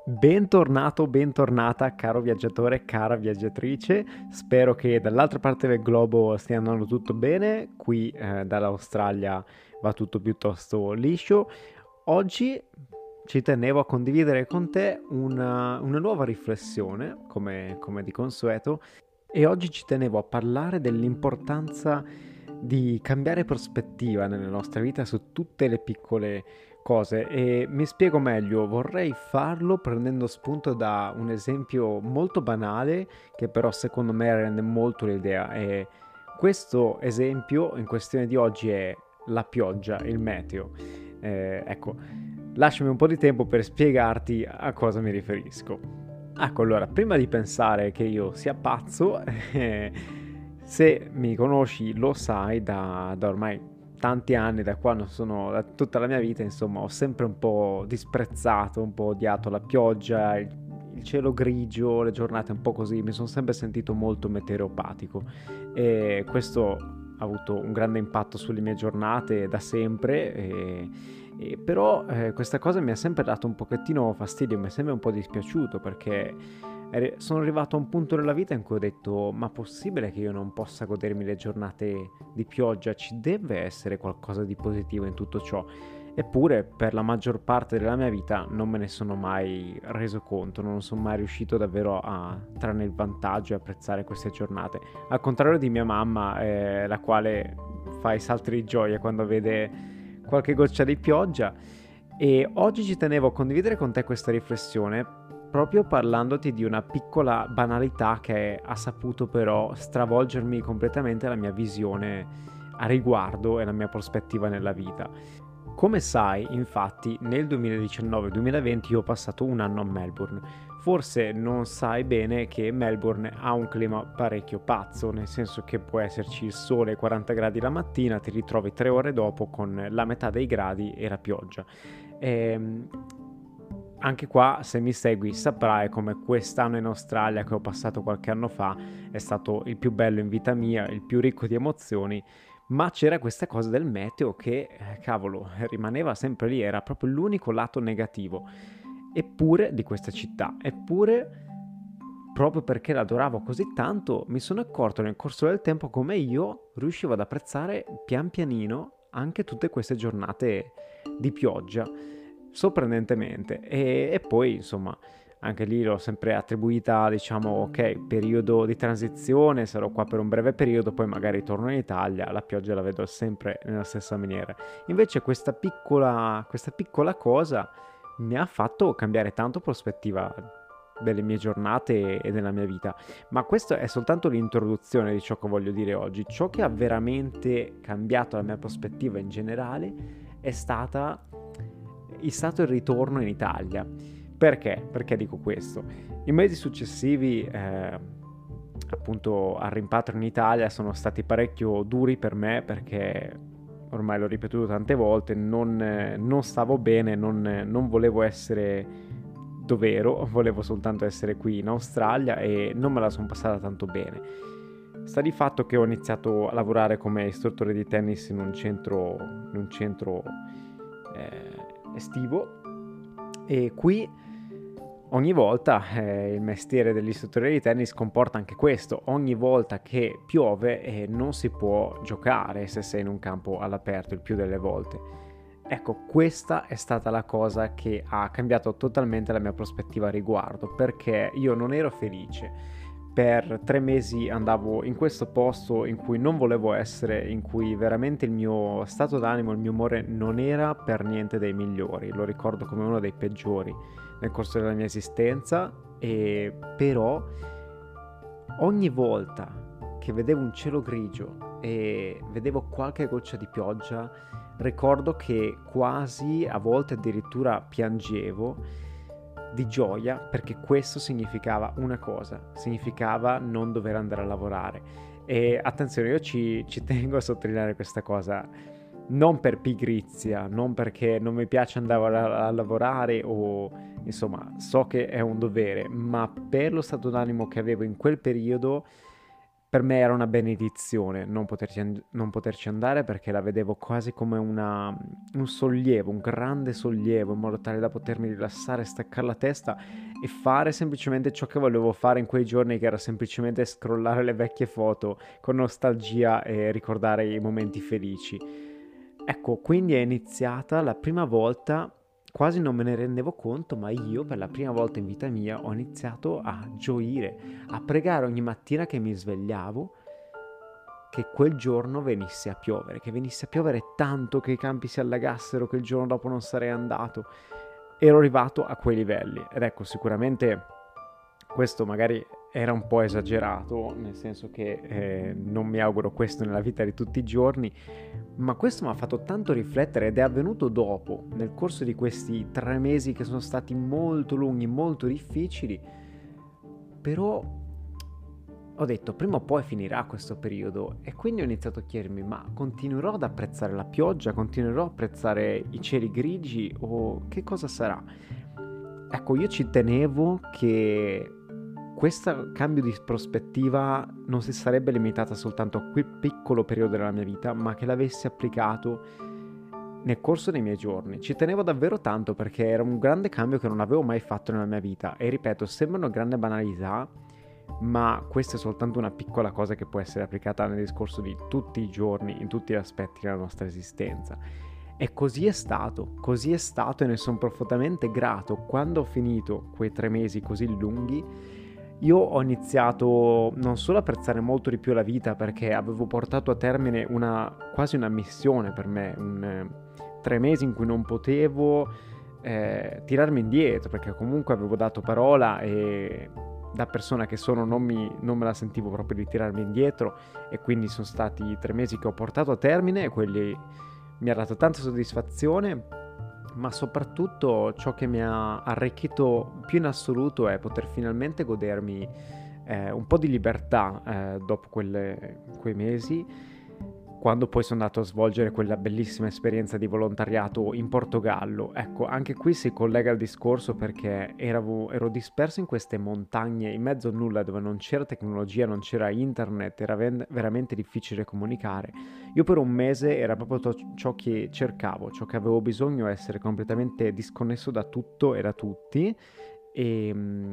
Bentornato, bentornata, caro viaggiatore, cara viaggiatrice. Spero che dall'altra parte del globo stia andando tutto bene. Qui dall'Australia va tutto piuttosto liscio. Oggi ci tenevo a condividere con te una nuova riflessione, come di consueto, e oggi ci tenevo a parlare dell'importanza di cambiare prospettiva nella nostra vita su tutte le piccole cose e mi spiego meglio, vorrei farlo prendendo spunto da un esempio molto banale che però secondo me rende molto l'idea e questo esempio in questione di oggi è la pioggia, il meteo. Ecco, lasciami un po' di tempo per spiegarti a cosa mi riferisco. Ecco, allora, prima di pensare che io sia pazzo, se mi conosci lo sai da ormai tanti anni, da quando sono, da tutta la mia vita, insomma, ho sempre un po' disprezzato, un po' odiato la pioggia, il cielo grigio, le giornate un po' così, mi sono sempre sentito molto meteoropatico e questo ha avuto un grande impatto sulle mie giornate da sempre però questa cosa mi ha sempre dato un pochettino fastidio, mi è sempre un po' dispiaciuto perché sono arrivato a un punto nella vita in cui ho detto ma possibile che io non possa godermi le giornate di pioggia? Ci deve essere qualcosa di positivo in tutto ciò. Eppure per la maggior parte della mia vita non me ne sono mai reso conto, non sono mai riuscito davvero a trarne il vantaggio e apprezzare queste giornate. Al contrario di mia mamma, la quale fa i salti di gioia quando vede qualche goccia di pioggia. E oggi ci tenevo a condividere con te questa riflessione proprio parlandoti di una piccola banalità che ha saputo però stravolgermi completamente la mia visione a riguardo e la mia prospettiva nella vita. Come sai, infatti, nel 2019-2020 io ho passato un anno a Melbourne. Forse non sai bene che Melbourne ha un clima parecchio pazzo, nel senso che può esserci il sole 40 gradi la mattina, ti ritrovi 3 ore dopo con la metà dei gradi e la pioggia. Ehm, Anche qua, se mi segui, saprai come quest'anno in Australia che ho passato qualche anno fa è stato il più bello in vita mia, il più ricco di emozioni, ma c'era questa cosa del meteo che, cavolo, rimaneva sempre lì, era proprio l'unico lato negativo. Eppure di questa città, eppure proprio perché l'adoravo così tanto, mi sono accorto nel corso del tempo come io riuscivo ad apprezzare pian pianino anche tutte queste giornate di pioggia, sorprendentemente. E poi, insomma, anche lì l'ho sempre attribuita, diciamo, ok, periodo di transizione, sarò qua per un breve periodo, poi magari torno in Italia, la pioggia la vedo sempre nella stessa maniera. Invece questa piccola cosa mi ha fatto cambiare tanto prospettiva delle mie giornate e della mia vita. Ma questa è soltanto l'introduzione di ciò che voglio dire oggi. Ciò che ha veramente cambiato la mia prospettiva in generale è stato il ritorno in Italia. Perché? Perché dico questo? I mesi successivi, appunto, al rimpatrio in Italia sono stati parecchio duri per me perché ormai l'ho ripetuto tante volte, non stavo bene, non volevo essere dov'ero, volevo soltanto essere qui in Australia e non me la sono passata tanto bene. Sta di fatto che ho iniziato a lavorare come istruttore di tennis in un centro estivo e qui ogni volta il mestiere dell'istruttore di tennis comporta anche questo, ogni volta che piove non si può giocare se sei in un campo all'aperto il più delle volte. Ecco, questa è stata la cosa che ha cambiato totalmente la mia prospettiva a riguardo, perché io non ero felice. Per 3 mesi andavo in questo posto in cui non volevo essere, in cui veramente il mio stato d'animo, il mio umore non era per niente dei migliori, lo ricordo come uno dei peggiori nel corso della mia esistenza, e però ogni volta che vedevo un cielo grigio e vedevo qualche goccia di pioggia, ricordo che quasi a volte addirittura piangevo di gioia perché questo significava una cosa, significava non dover andare a lavorare. E attenzione, io ci tengo a sottolineare questa cosa, non per pigrizia, non perché non mi piace andare a lavorare o insomma so che è un dovere, ma per lo stato d'animo che avevo in quel periodo per me era una benedizione non poterci andare, perché la vedevo quasi come un sollievo, un grande sollievo, in modo tale da potermi rilassare, staccare la testa e fare semplicemente ciò che volevo fare in quei giorni, che era semplicemente scrollare le vecchie foto con nostalgia e ricordare i momenti felici. Ecco, quindi è iniziata la prima volta, quasi non me ne rendevo conto, ma io per la prima volta in vita mia ho iniziato a gioire, a pregare ogni mattina che mi svegliavo, che quel giorno venisse a piovere, che venisse a piovere tanto che i campi si allagassero, che il giorno dopo non sarei andato. Ero arrivato a quei livelli ed ecco, sicuramente questo magari era un po' esagerato, nel senso che non mi auguro questo nella vita di tutti i giorni, ma questo mi ha fatto tanto riflettere ed è avvenuto dopo, nel corso di questi 3 mesi che sono stati molto lunghi, molto difficili, però ho detto prima o poi finirà questo periodo e quindi ho iniziato a chiedermi, ma continuerò ad apprezzare la pioggia, continuerò a apprezzare i cieli grigi o che cosa sarà? Ecco, io ci tenevo che questo cambio di prospettiva non si sarebbe limitata soltanto a quel piccolo periodo della mia vita, ma che l'avessi applicato nel corso dei miei giorni. Ci tenevo davvero tanto, perché era un grande cambio che non avevo mai fatto nella mia vita e ripeto, sembra una grande banalità, ma questa è soltanto una piccola cosa che può essere applicata nel discorso di tutti i giorni, in tutti gli aspetti della nostra esistenza. E così è stato e ne sono profondamente grato. Quando ho finito quei 3 mesi così lunghi, io ho iniziato non solo a apprezzare molto di più la vita, perché avevo portato a termine quasi una missione per me, 3 mesi in cui non potevo tirarmi indietro, perché comunque avevo dato parola e da persona che sono non me la sentivo proprio di tirarmi indietro, e quindi sono stati 3 mesi che ho portato a termine e quelli mi ha dato tanta soddisfazione, ma soprattutto ciò che mi ha arricchito più in assoluto è poter finalmente godermi un po' di libertà dopo quei mesi, quando poi sono andato a svolgere quella bellissima esperienza di volontariato in Portogallo. Ecco, anche qui si collega al discorso, perché ero disperso in queste montagne in mezzo a nulla, dove non c'era tecnologia, non c'era internet, era veramente difficile comunicare. Io per un mese era proprio ciò che cercavo, ciò che avevo bisogno, essere completamente disconnesso da tutto e da tutti. E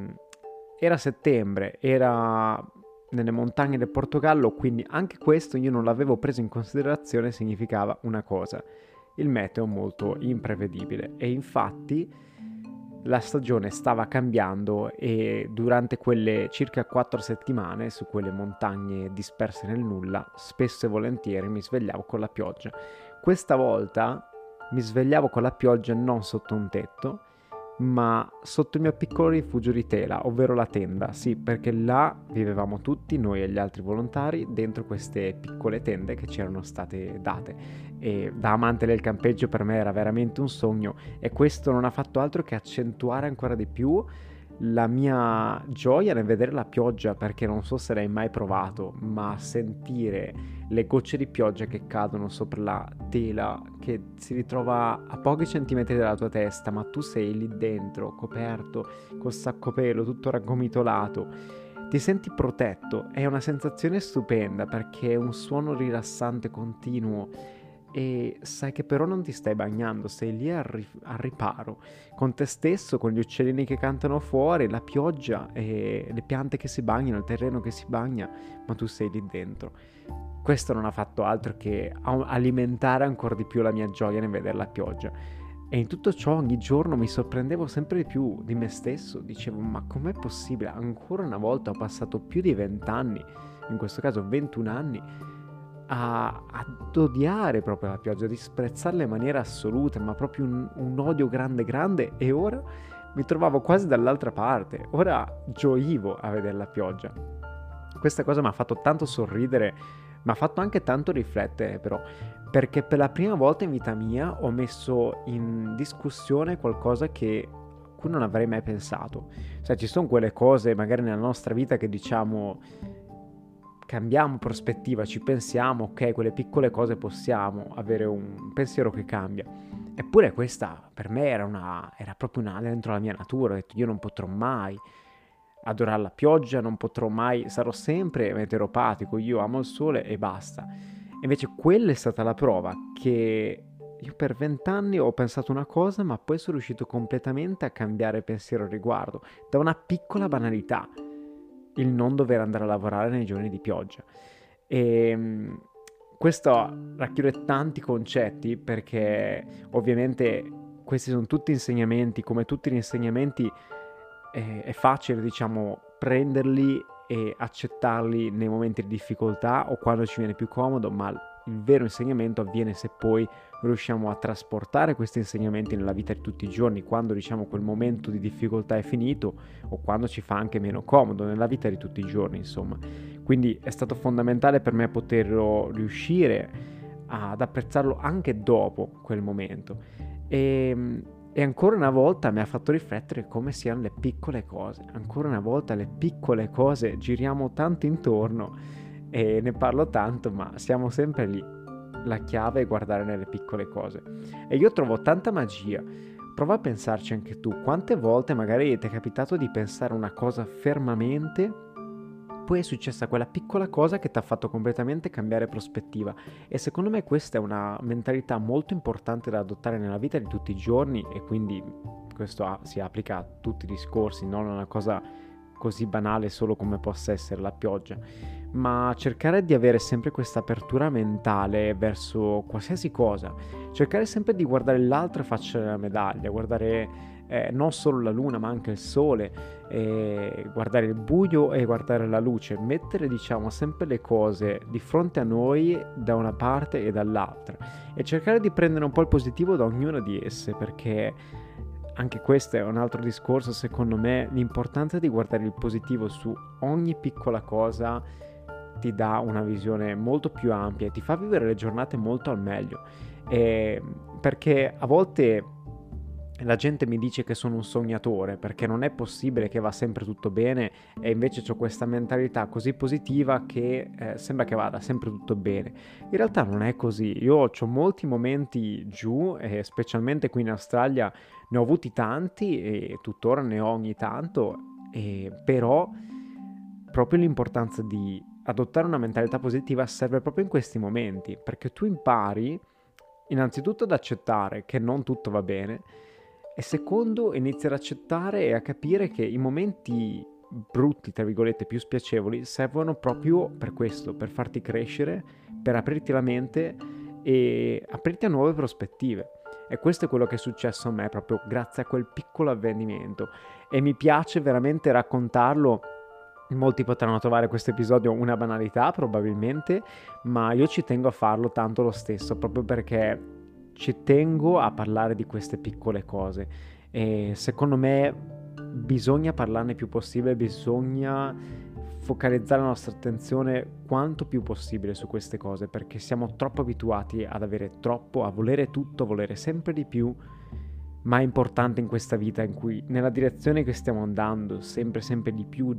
era settembre, era nelle montagne del Portogallo, quindi anche questo io non l'avevo preso in considerazione, significava una cosa: il meteo molto imprevedibile. E infatti la stagione stava cambiando e durante quelle circa 4 settimane su quelle montagne disperse nel nulla, spesso e volentieri mi svegliavo con la pioggia. Questa volta mi svegliavo con la pioggia non sotto un tetto, ma sotto il mio piccolo rifugio di tela, ovvero la tenda. Sì, perché là vivevamo tutti, noi e gli altri volontari, dentro queste piccole tende che ci erano state date. E da amante del campeggio per me era veramente un sogno, e questo non ha fatto altro che accentuare ancora di più la mia gioia nel vedere la pioggia, perché non so se l'hai mai provato, ma sentire le gocce di pioggia che cadono sopra la tela, che si ritrova a pochi centimetri dalla tua testa, ma tu sei lì dentro, coperto, col sacco pelo, tutto raggomitolato, ti senti protetto, è una sensazione stupenda, perché è un suono rilassante continuo e sai che però non ti stai bagnando, sei lì al riparo, con te stesso, con gli uccellini che cantano fuori, la pioggia e le piante che si bagnano, il terreno che si bagna, ma tu sei lì dentro. Questo non ha fatto altro che alimentare ancora di più la mia gioia nel vedere la pioggia. E in tutto ciò ogni giorno mi sorprendevo sempre di più di me stesso, dicevo, ma com'è possibile? Ancora una volta ho passato più di 20 anni, in questo caso 21 anni, ad odiare proprio la pioggia, a disprezzarla in maniera assoluta, ma proprio un odio grande grande, e ora mi trovavo quasi dall'altra parte, ora gioivo a vedere la pioggia. Questa cosa mi ha fatto tanto sorridere, mi ha fatto anche tanto riflettere però, perché per la prima volta in vita mia ho messo in discussione qualcosa che a cui non avrei mai pensato. Cioè, ci sono quelle cose magari nella nostra vita che diciamo, cambiamo prospettiva, ci pensiamo, ok, quelle piccole cose possiamo avere un pensiero che cambia. Eppure questa per me era proprio dentro la mia natura, ho detto io non potrò mai adorare la pioggia, non potrò mai, sarò sempre meteoropatico, io amo il sole e basta. Invece quella è stata la prova che io per 20 anni ho pensato una cosa, ma poi sono riuscito completamente a cambiare pensiero al riguardo, da una piccola banalità, il non dover andare a lavorare nei giorni di pioggia. E questo racchiude tanti concetti perché ovviamente questi sono tutti insegnamenti, come tutti gli insegnamenti è facile, diciamo, prenderli e accettarli nei momenti di difficoltà o quando ci viene più comodo, ma il vero insegnamento avviene se poi riusciamo a trasportare questi insegnamenti nella vita di tutti i giorni, quando diciamo quel momento di difficoltà è finito o quando ci fa anche meno comodo nella vita di tutti i giorni, insomma. Quindi è stato fondamentale per me poterlo riuscire ad apprezzarlo anche dopo quel momento. E ancora una volta mi ha fatto riflettere come siano le piccole cose. Ancora una volta le piccole cose, giriamo tanto intorno e ne parlo tanto, ma siamo sempre lì. La chiave è guardare nelle piccole cose. E io trovo tanta magia. Prova a pensarci anche tu. Quante volte magari ti è capitato di pensare una cosa fermamente, poi è successa quella piccola cosa che ti ha fatto completamente cambiare prospettiva. E secondo me questa è una mentalità molto importante da adottare nella vita di tutti i giorni, e quindi questo si applica a tutti i discorsi, non a una cosa così banale solo come possa essere la pioggia, ma cercare di avere sempre questa apertura mentale verso qualsiasi cosa, cercare sempre di guardare l'altra faccia della medaglia, guardare non solo la luna ma anche il sole, guardare il buio e guardare la luce, mettere diciamo sempre le cose di fronte a noi da una parte e dall'altra e cercare di prendere un po' il positivo da ognuna di esse, perché anche questo è un altro discorso, secondo me l'importanza di guardare il positivo su ogni piccola cosa ti dà una visione molto più ampia e ti fa vivere le giornate molto al meglio, perché a volte la gente mi dice che sono un sognatore perché non è possibile che va sempre tutto bene, e invece ho questa mentalità così positiva che sembra che vada sempre tutto bene. In realtà non è così. Io ho molti momenti giù, e specialmente qui in Australia ne ho avuti tanti e tuttora ne ho ogni tanto, però proprio l'importanza di adottare una mentalità positiva serve proprio in questi momenti, perché tu impari innanzitutto ad accettare che non tutto va bene, e secondo inizi ad accettare e a capire che i momenti brutti, tra virgolette, più spiacevoli, servono proprio per questo, per farti crescere, per aprirti la mente e aprirti a nuove prospettive. E questo è quello che è successo a me proprio grazie a quel piccolo avvenimento, e mi piace veramente raccontarlo. Molti potranno trovare questo episodio una banalità probabilmente, ma io ci tengo a farlo tanto lo stesso, proprio perché ci tengo a parlare di queste piccole cose, e secondo me bisogna parlarne il più possibile, bisogna focalizzare la nostra attenzione quanto più possibile su queste cose, perché siamo troppo abituati ad avere troppo, a volere tutto, a volere sempre di più, ma è importante in questa vita in cui nella direzione che stiamo andando, sempre di più,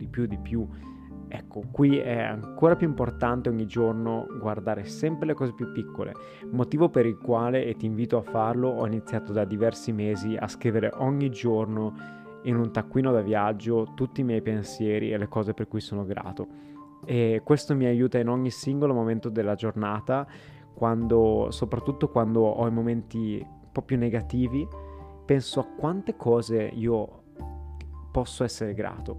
ecco, qui è ancora più importante ogni giorno guardare sempre le cose più piccole, motivo per il quale, e ti invito a farlo, ho iniziato da diversi mesi a scrivere ogni giorno in un taccuino da viaggio tutti i miei pensieri e le cose per cui sono grato, e questo mi aiuta in ogni singolo momento della giornata, soprattutto quando ho i momenti un po' più negativi. Penso a quante cose io posso essere grato,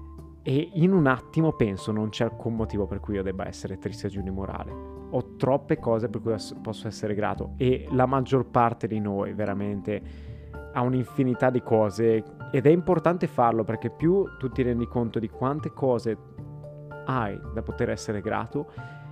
e in un attimo penso non c'è alcun motivo per cui io debba essere triste o giù di morale. Ho troppe cose per cui posso essere grato, e la maggior parte di noi veramente ha un'infinità di cose, ed è importante farlo perché più tu ti rendi conto di quante cose hai da poter essere grato,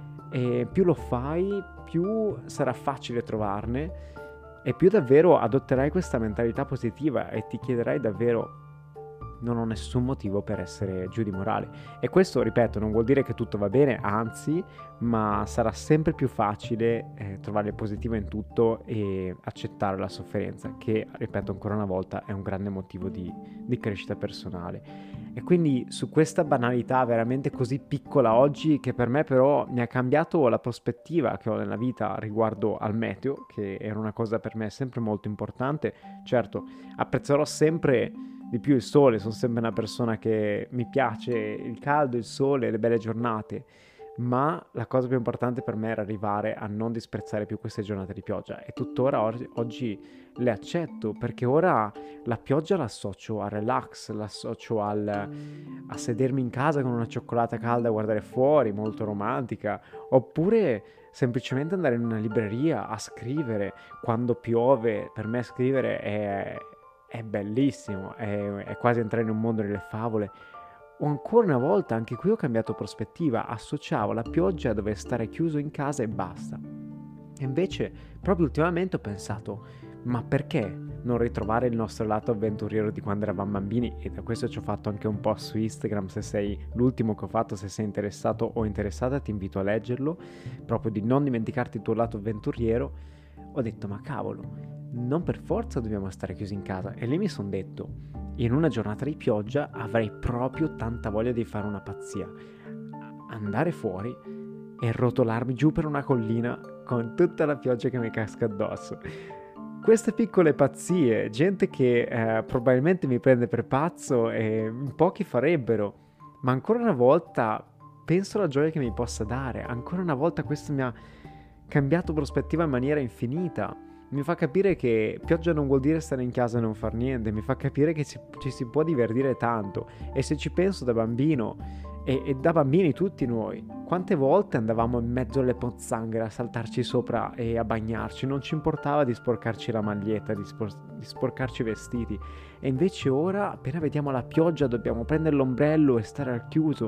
e più lo fai, più sarà facile trovarne, e più davvero adotterai questa mentalità positiva e ti chiederai davvero: non ho nessun motivo per essere giù di morale. E questo, ripeto, non vuol dire che tutto va bene, anzi, ma sarà sempre più facile trovare il positivo in tutto e accettare la sofferenza, che, ripeto ancora una volta, è un grande motivo di crescita personale. E quindi su questa banalità veramente così piccola oggi, che per me però mi ha cambiato la prospettiva che ho nella vita riguardo al meteo, che era una cosa per me sempre molto importante. Certo, apprezzerò sempre di più il sole, sono sempre una persona che mi piace il caldo, il sole, le belle giornate, ma la cosa più importante per me era arrivare a non disprezzare più queste giornate di pioggia e tuttora oggi le accetto, perché ora la pioggia l'associo al relax, l'associo a sedermi in casa con una cioccolata calda a guardare fuori, molto romantica, oppure semplicemente andare in una libreria a scrivere quando piove. Per me scrivere è bellissimo, è quasi entrare in un mondo delle favole. O ancora una volta, anche qui ho cambiato prospettiva, associavo la pioggia a dover stare chiuso in casa e basta. E invece, proprio ultimamente ho pensato, ma perché non ritrovare il nostro lato avventuriero di quando eravamo bambini? E da questo ci ho fatto anche un post su Instagram, se sei l'ultimo che ho fatto, se sei interessato o interessata ti invito a leggerlo, proprio di non dimenticarti il tuo lato avventuriero. Ho detto, ma cavolo, non per forza dobbiamo stare chiusi in casa. E lì mi sono detto, in una giornata di pioggia avrei proprio tanta voglia di fare una pazzia, andare fuori e rotolarmi giù per una collina con tutta la pioggia che mi casca addosso. Queste piccole pazzie, gente che probabilmente mi prende per pazzo e pochi farebbero, ma ancora una volta penso alla gioia che mi possa dare. Ancora una volta questo mi ha cambiato prospettiva in maniera infinita. Mi fa capire che pioggia non vuol dire stare in casa e non far niente, mi fa capire che ci si può divertire tanto. E se ci penso da bambino, e da bambini tutti noi, quante volte andavamo in mezzo alle pozzanghere a saltarci sopra e a bagnarci, non ci importava di sporcarci la maglietta, di sporcarci i vestiti. E invece ora, appena vediamo la pioggia, dobbiamo prendere l'ombrello e stare al chiuso.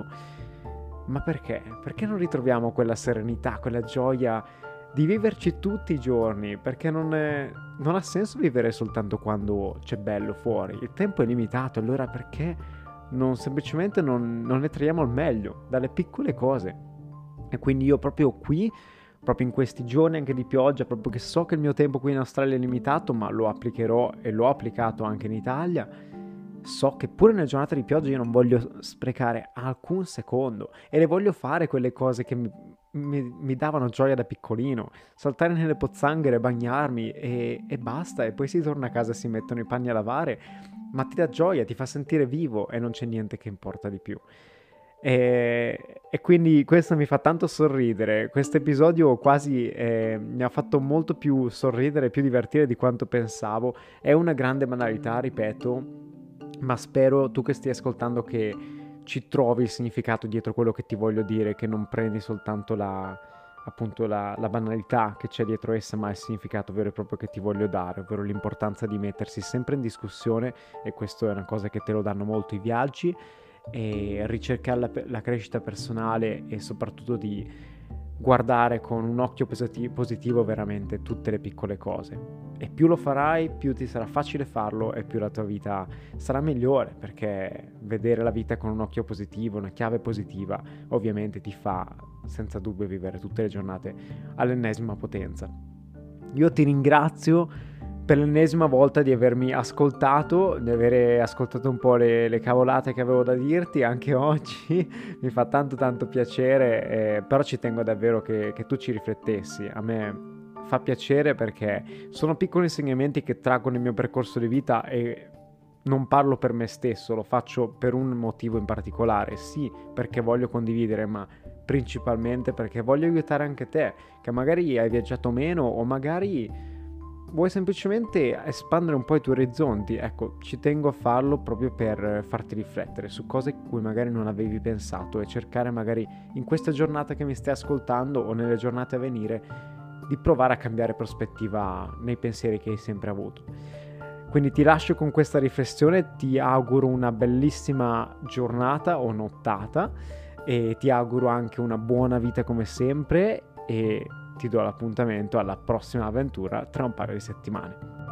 Ma perché? Perché non ritroviamo quella serenità, quella gioia di viverci tutti i giorni? Perché non ha senso vivere soltanto quando c'è bello fuori. Il tempo è limitato, allora perché semplicemente non ne traiamo il meglio dalle piccole cose? E quindi io proprio qui, proprio in questi giorni anche di pioggia, proprio che so che il mio tempo qui in Australia è limitato, ma lo applicherò e l'ho applicato anche in Italia, so che pure nelle giornate di pioggia io non voglio sprecare alcun secondo e le voglio fare quelle cose che mi davano gioia da piccolino, saltare nelle pozzanghere, bagnarmi e basta, e poi si torna a casa e si mettono i panni a lavare, ma ti dà gioia, ti fa sentire vivo e non c'è niente che importa di più. E quindi questo mi fa tanto sorridere, questo episodio quasi mi ha fatto molto più sorridere, più divertire di quanto pensavo. È una grande banalità, ripeto, ma spero tu che stia ascoltando che ci trovi il significato dietro quello che ti voglio dire, che non prendi soltanto appunto la banalità che c'è dietro essa, ma il significato vero e proprio che ti voglio dare, ovvero l'importanza di mettersi sempre in discussione, e questo è una cosa che te lo danno molto i viaggi, e ricercare la crescita personale e soprattutto di guardare con un occhio positivo veramente tutte le piccole cose. E più lo farai, più ti sarà facile farlo e più la tua vita sarà migliore, perché vedere la vita con un occhio positivo, una chiave positiva, ovviamente ti fa senza dubbio vivere tutte le giornate all'ennesima potenza. Io ti ringrazio per l'ennesima volta di avermi ascoltato, di avere ascoltato un po' le cavolate che avevo da dirti anche oggi. Mi fa tanto piacere, però ci tengo davvero che tu ci riflettessi. A me fa piacere perché sono piccoli insegnamenti che traggo nel mio percorso di vita e non parlo per me stesso, lo faccio per un motivo in particolare, sì, perché voglio condividere, ma principalmente perché voglio aiutare anche te, che magari hai viaggiato meno o magari vuoi semplicemente espandere un po' i tuoi orizzonti. Ecco, ci tengo a farlo proprio per farti riflettere su cose a cui magari non avevi pensato e cercare magari in questa giornata che mi stai ascoltando o nelle giornate a venire di provare a cambiare prospettiva nei pensieri che hai sempre avuto. Quindi ti lascio con questa riflessione, ti auguro una bellissima giornata o nottata e ti auguro anche una buona vita come sempre, e ti do l'appuntamento alla prossima avventura tra un paio di settimane.